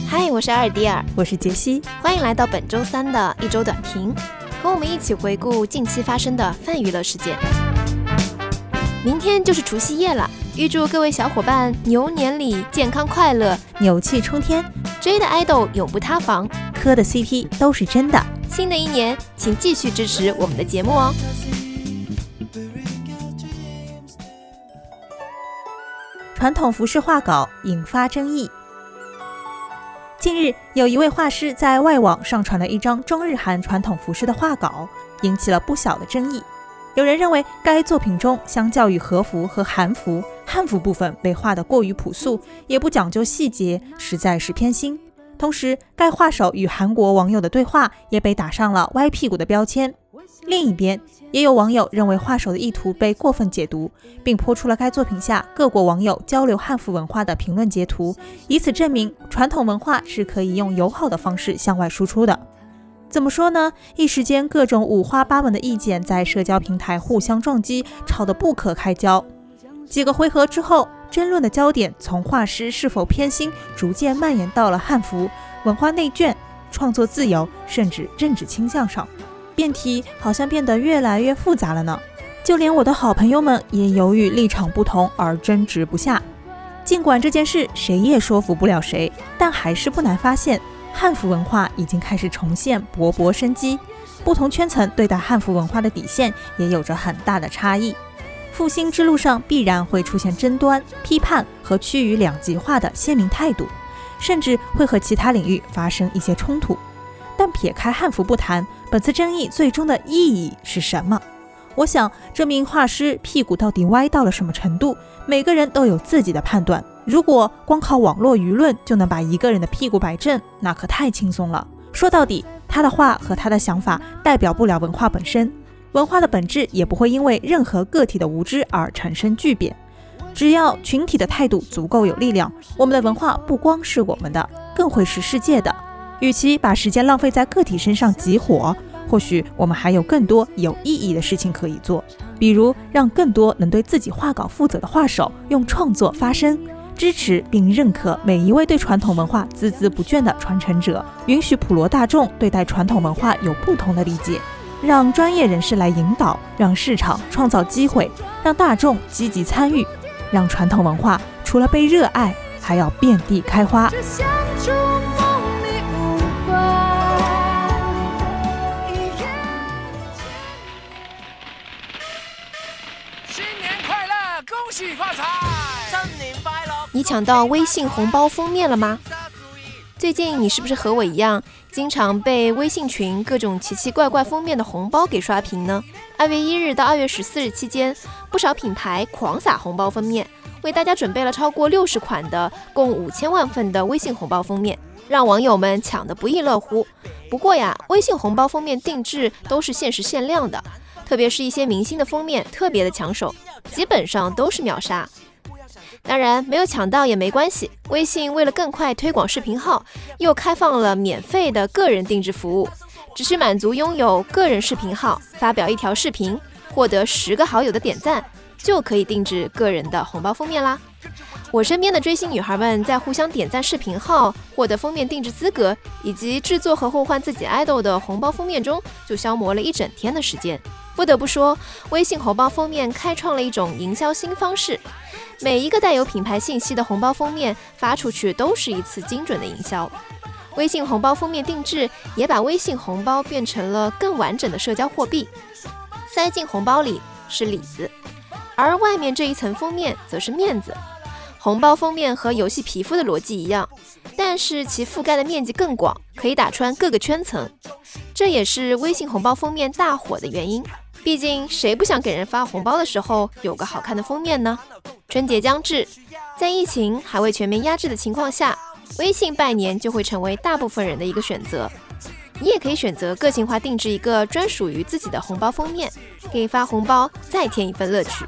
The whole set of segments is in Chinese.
嗨，我是阿尔迪尔， 我是杰西， 欢迎来到本周三的一周短评，和我们一起回顾近期发生的泛娱乐事件。明天就是除夕夜了，预祝各位小伙伴牛年里健康快乐， 牛气冲天， 追的爱豆永不塌房， 磕的 CP 都是真的。 新的一年，请继续支持我们的节目哦。 传统服饰画稿引发争议。近日，有一位画师在外网上传了一张中日韩传统服饰的画稿，引起了不小的争议。有人认为该作品中相较于和服和韩服，汉服部分被画得过于朴素，也不讲究细节，实在是偏心。同时，该画手与韩国网友的对话也被打上了歪屁股的标签。另一边，也有网友认为画手的意图被过分解读，并抛出了该作品下各国网友交流汉服文化的评论截图，以此证明传统文化是可以用友好的方式向外输出的。怎么说呢？一时间各种五花八门的意见在社交平台互相撞击，吵得不可开交。几个回合之后，争论的焦点从画师是否偏心，逐渐蔓延到了汉服、文化内卷、创作自由，甚至政治倾向上。辩题好像变得越来越复杂了呢。就连我的好朋友们也由于立场不同而争执不下。尽管这件事谁也说服不了谁，但还是不难发现，汉服文化已经开始重现勃勃生机。不同圈层对待汉服文化的底线也有着很大的差异。复兴之路上必然会出现争端、批判和趋于两极化的鲜明态度，甚至会和其他领域发生一些冲突。但撇开汉服不谈，本次争议最终的意义是什么？我想，这名画师屁股到底歪到了什么程度，每个人都有自己的判断。如果光靠网络舆论就能把一个人的屁股摆正，那可太轻松了。说到底，他的话和他的想法代表不了文化本身，文化的本质也不会因为任何个体的无知而产生巨变。只要群体的态度足够有力量，我们的文化不光是我们的，更会是世界的。与其把时间浪费在个体身上集火，或许我们还有更多有意义的事情可以做，比如让更多能对自己画稿负责的画手用创作发声，支持并认可每一位对传统文化孜孜不倦的传承者，允许普罗大众对待传统文化有不同的理解，让专业人士来引导，让市场创造机会，让大众积极参与，让传统文化除了被热爱，还要遍地开花。 恭喜发财，新年快乐！ 你抢到微信红包封面了吗？最近你是不是和我一样，经常被微信群各种奇奇怪怪封面的红包给刷屏呢？2月1日到2月14日期间，不少品牌狂撒红包封面，为大家准备了超过60款的共5000万份的微信红包封面，让网友们抢得不亦乐乎。不过呀，微信红包封面定制都是限时限量的，特别是一些明星的封面特别的抢手，基本上都是秒杀。当然没有抢到也没关系，微信为了更快推广视频号，又开放了免费的个人定制服务，只需满足拥有个人视频号，发表一条视频，获得10个好友的点赞，就可以定制个人的红包封面啦。我身边的追星女孩们在互相点赞视频号、获得封面定制资格以及制作和互换自己爱豆的红包封面中，就消磨了一整天的时间。不得不说，微信红包封面开创了一种营销新方式，每一个带有品牌信息的红包封面发出去都是一次精准的营销。微信红包封面定制也把微信红包变成了更完整的社交货币，塞进红包里是里子，而外面这一层封面则是面子。红包封面和游戏皮肤的逻辑一样，但是其覆盖的面积更广，可以打穿各个圈层，这也是微信红包封面大火的原因。毕竟谁不想给人发红包的时候有个好看的封面呢？春节将至，在疫情还未全面压制的情况下，微信拜年就会成为大部分人的一个选择。你也可以选择个性化定制一个专属于自己的红包封面，给发红包再添一份乐趣。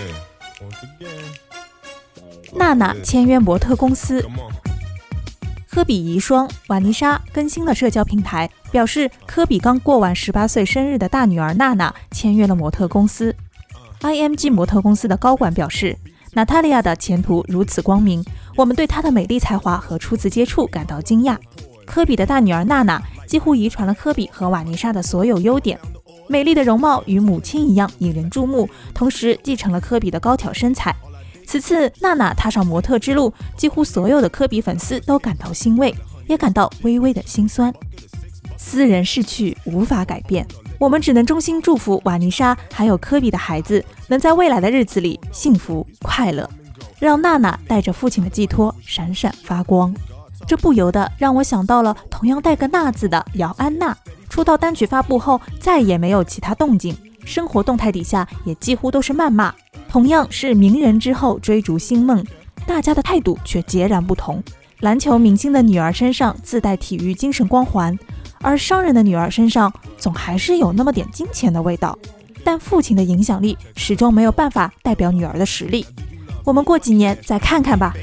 娜娜签约模特公司。 科比遗孀瓦妮莎更新了社交平台，表示科比刚过完18岁生日的大女儿娜娜签约了模特公司。IMG 模特公司的高管表示，娜塔莉亚的前途如此光明，我们对她的美丽才华和初次接触感到惊讶。科比的大女儿娜娜几乎遗传了科比和瓦妮莎的所有优点，美丽的容貌与母亲一样引人注目，同时继承了科比的高挑身材。此次娜娜踏上模特之路，几乎所有的科比粉丝都感到欣慰，也感到微微的心酸。斯人逝去无法改变，我们只能衷心祝福瓦妮莎还有科比的孩子能在未来的日子里幸福快乐，让娜娜带着父亲的寄托闪闪发光。这不由得让我想到了同样带个娜字的姚安娜，出道单曲发布后再也没有其他动静，生活动态底下也几乎都是谩骂。同样是名人之后追逐星梦，大家的态度却截然不同。篮球明星的女儿身上自带体育精神光环，而商人的女儿身上总还是有那么点金钱的味道。但父亲的影响力始终没有办法代表女儿的实力。我们过几年再看看吧。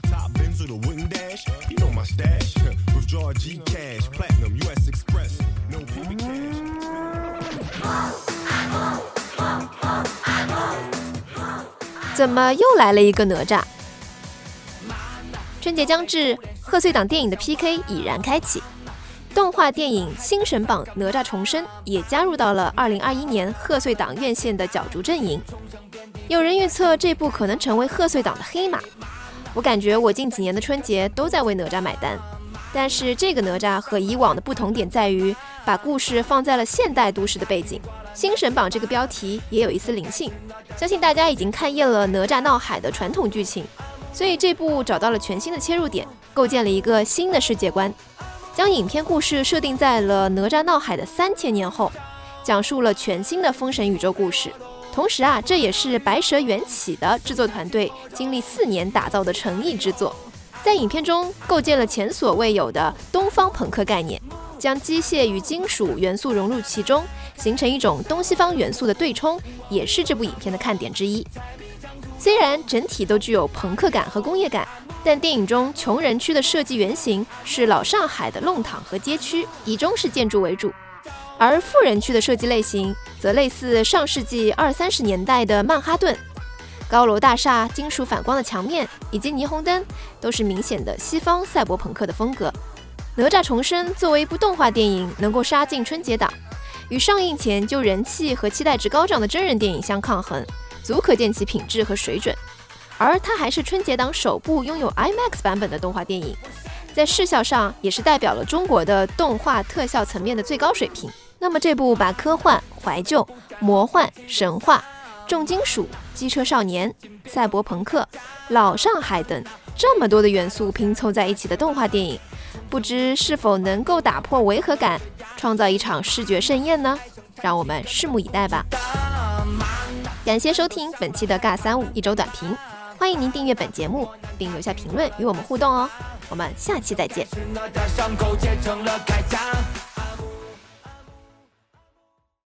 怎么又来了一个哪吒？春节将至，贺岁档电影的 PK 已然开启，动画电影新神榜哪吒重生也加入到了2021年贺岁档院线的角逐阵营。有人预测这部可能成为贺岁档的黑马，我感觉我近几年的春节都在为哪吒买单。但是这个哪吒和以往的不同点在于，把故事放在了现代都市的背景。新神榜这个标题也有一丝灵性，相信大家已经看厌了哪吒闹海的传统剧情，所以这部找到了全新的切入点，构建了一个新的世界观，将影片故事设定在了哪吒闹海的3000年后，讲述了全新的封神宇宙故事。同时这也是白蛇缘起的制作团队经历4年打造的诚意之作。在影片中构建了前所未有的东方朋克概念，将机械与金属元素融入其中，形成一种东西方元素的对冲，也是这部影片的看点之一。虽然整体都具有朋克感和工业感，但电影中穷人区的设计原型是老上海的弄堂和街区，以中式建筑为主，而富人区的设计类型则类似上世纪20-30年代的曼哈顿。高楼大厦、金属反光的墙面以及霓虹灯都是明显的西方赛博朋克的风格。哪吒重生作为一部动画电影能够杀进春节档，与上映前就人气和期待值高涨的真人电影相抗衡，足可见其品质和水准。而它还是春节档首部拥有 IMAX 版本的动画电影，在视效上也是代表了中国的动画特效层面的最高水平。那么这部把科幻、怀旧、魔幻、神话、重金属、机车少年、赛博朋克、老上海等这么多的元素拼凑在一起的动画电影，不知是否能够打破违和感，创造一场视觉盛宴呢？让我们拭目以待吧。感谢收听本期的尬35一周短评，欢迎您订阅本节目并留下评论与我们互动哦。我们下期再见。